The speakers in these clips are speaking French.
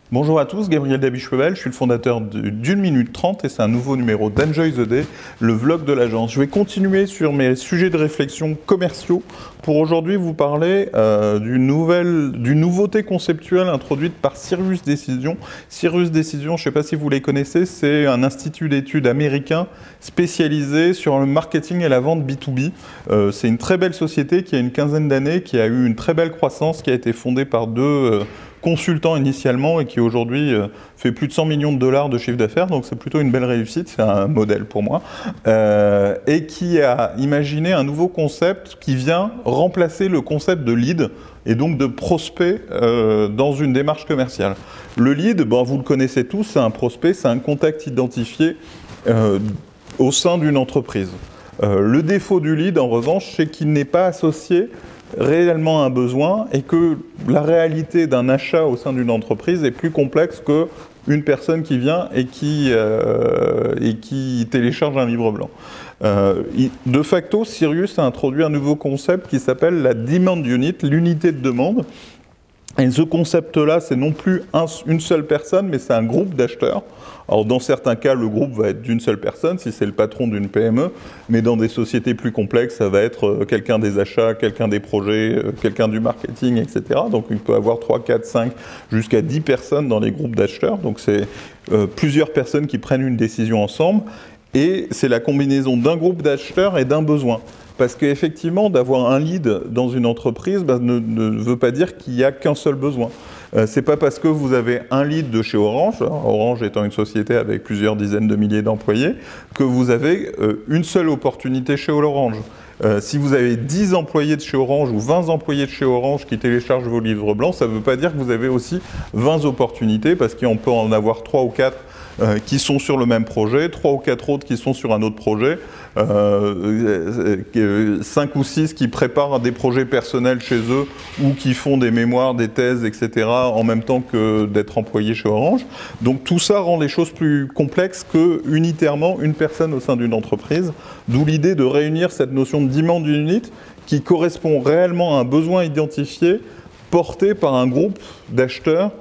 Bonjour à tous, Gabriel Dabichevel, je suis le fondateur d'Une Minute 30 et c'est un nouveau numéro d'Enjoy the Day, le vlog de l'agence. Je vais continuer sur mes sujets de réflexion commerciaux pour aujourd'hui vous parler d'une nouveauté conceptuelle introduite par Sirius Decisions. Sirius Decisions, je ne sais pas si vous les connaissez, c'est un institut d'études américain spécialisé sur le marketing et la vente B2B. C'est une très belle société qui a une quinzaine d'années, qui a eu une très belle croissance, qui a été fondée par deux consultant initialement et qui aujourd'hui fait plus de 100 millions de dollars de chiffre d'affaires, donc c'est plutôt une belle réussite, c'est un modèle pour moi, et qui a imaginé un nouveau concept qui vient remplacer le concept de lead et donc de prospect dans une démarche commerciale. Le lead, bon, vous le connaissez tous, c'est un prospect, c'est un contact identifié au sein d'une entreprise. Le défaut du lead, en revanche, c'est qu'il n'est pas associé réellement un besoin et que la réalité d'un achat au sein d'une entreprise est plus complexe qu'une personne qui vient et qui télécharge un livre blanc. De facto, Sirius a introduit un nouveau concept qui s'appelle la Demand Unit, l'unité de demande. Et ce concept-là, c'est non plus une seule personne, mais c'est un groupe d'acheteurs. Alors, dans certains cas, le groupe va être d'une seule personne, si c'est le patron d'une PME, mais dans des sociétés plus complexes, ça va être quelqu'un des achats, quelqu'un des projets, quelqu'un du marketing, etc. Donc, il peut y avoir 3, 4, 5, jusqu'à 10 personnes dans les groupes d'acheteurs. Donc, c'est plusieurs personnes qui prennent une décision ensemble. Et c'est la combinaison d'un groupe d'acheteurs et d'un besoin. Parce qu'effectivement, d'avoir un lead dans une entreprise ne veut pas dire qu'il n'y a qu'un seul besoin. C'est pas parce que vous avez un lead de chez Orange, Orange étant une société avec plusieurs dizaines de milliers d'employés, que vous avez une seule opportunité chez Orange. Si vous avez 10 employés de chez Orange ou 20 employés de chez Orange qui téléchargent vos livres blancs, ça ne veut pas dire que vous avez aussi 20 opportunités, parce qu'on peut en avoir 3 ou 4 qui sont sur le même projet, 3 ou 4 autres qui sont sur un autre projet, 5 ou 6 qui préparent des projets personnels chez eux ou qui font des mémoires, des thèses, etc. en même temps que d'être employés chez Orange. Donc tout ça rend les choses plus complexes que unitairement une personne au sein d'une entreprise, d'où l'idée de réunir cette notion de demand unit qui correspond réellement à un besoin identifié porté par un groupe d'acheteurs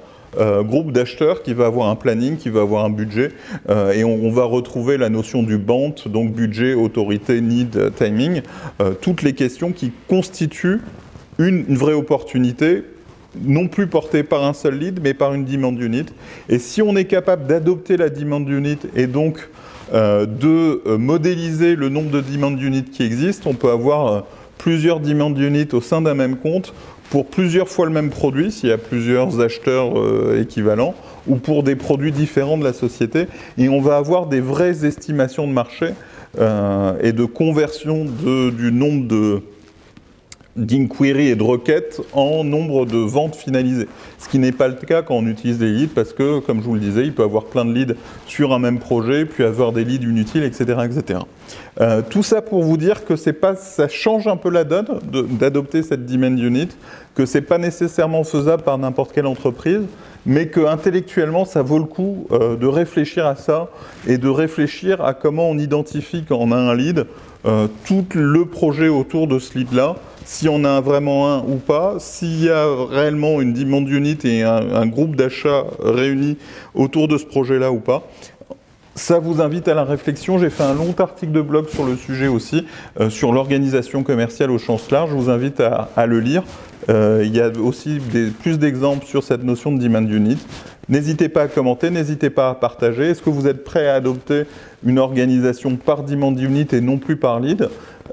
qui va avoir un planning, qui va avoir un budget, et on va retrouver la notion du BANT, donc budget, autorité, need, timing, toutes les questions qui constituent une vraie opportunité, non plus portée par un seul lead, mais par une demand unit. Et si on est capable d'adopter la demand unit et donc de modéliser le nombre de demand units qui existent, on peut avoir plusieurs demand units au sein d'un même compte, pour plusieurs fois le même produit, s'il y a plusieurs acheteurs équivalents, ou pour des produits différents de la société. Et on va avoir des vraies estimations de marché et de conversion du nombre d'inquiries et de requêtes en nombre de ventes finalisées. Ce qui n'est pas le cas quand on utilise des leads, parce que, comme je vous le disais, il peut y avoir plein de leads sur un même projet, puis avoir des leads inutiles, etc. etc. Tout ça pour vous dire que ça change un peu la donne d'adopter cette demand unit, que ce n'est pas nécessairement faisable par n'importe quelle entreprise, mais qu'intellectuellement, ça vaut le coup de réfléchir à ça et de réfléchir à comment on identifie quand on a un lead, tout le projet autour de ce lead-là, si on a vraiment un ou pas, s'il y a réellement une demand unit et un groupe d'achat réunis autour de ce projet-là ou pas. Ça vous invite à la réflexion. J'ai fait un long article de blog sur le sujet aussi, sur l'organisation commerciale au sens large. Je vous invite à le lire. Il y a aussi plus d'exemples sur cette notion de demand unit. N'hésitez pas à commenter, n'hésitez pas à partager. Est-ce que vous êtes prêt à adopter une organisation par demand unit et non plus par lead ?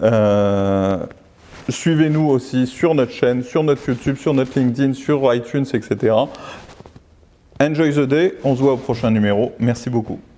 Suivez-nous aussi sur notre chaîne, sur notre YouTube, sur notre LinkedIn, sur iTunes, etc. Enjoy the day. On se voit au prochain numéro. Merci beaucoup.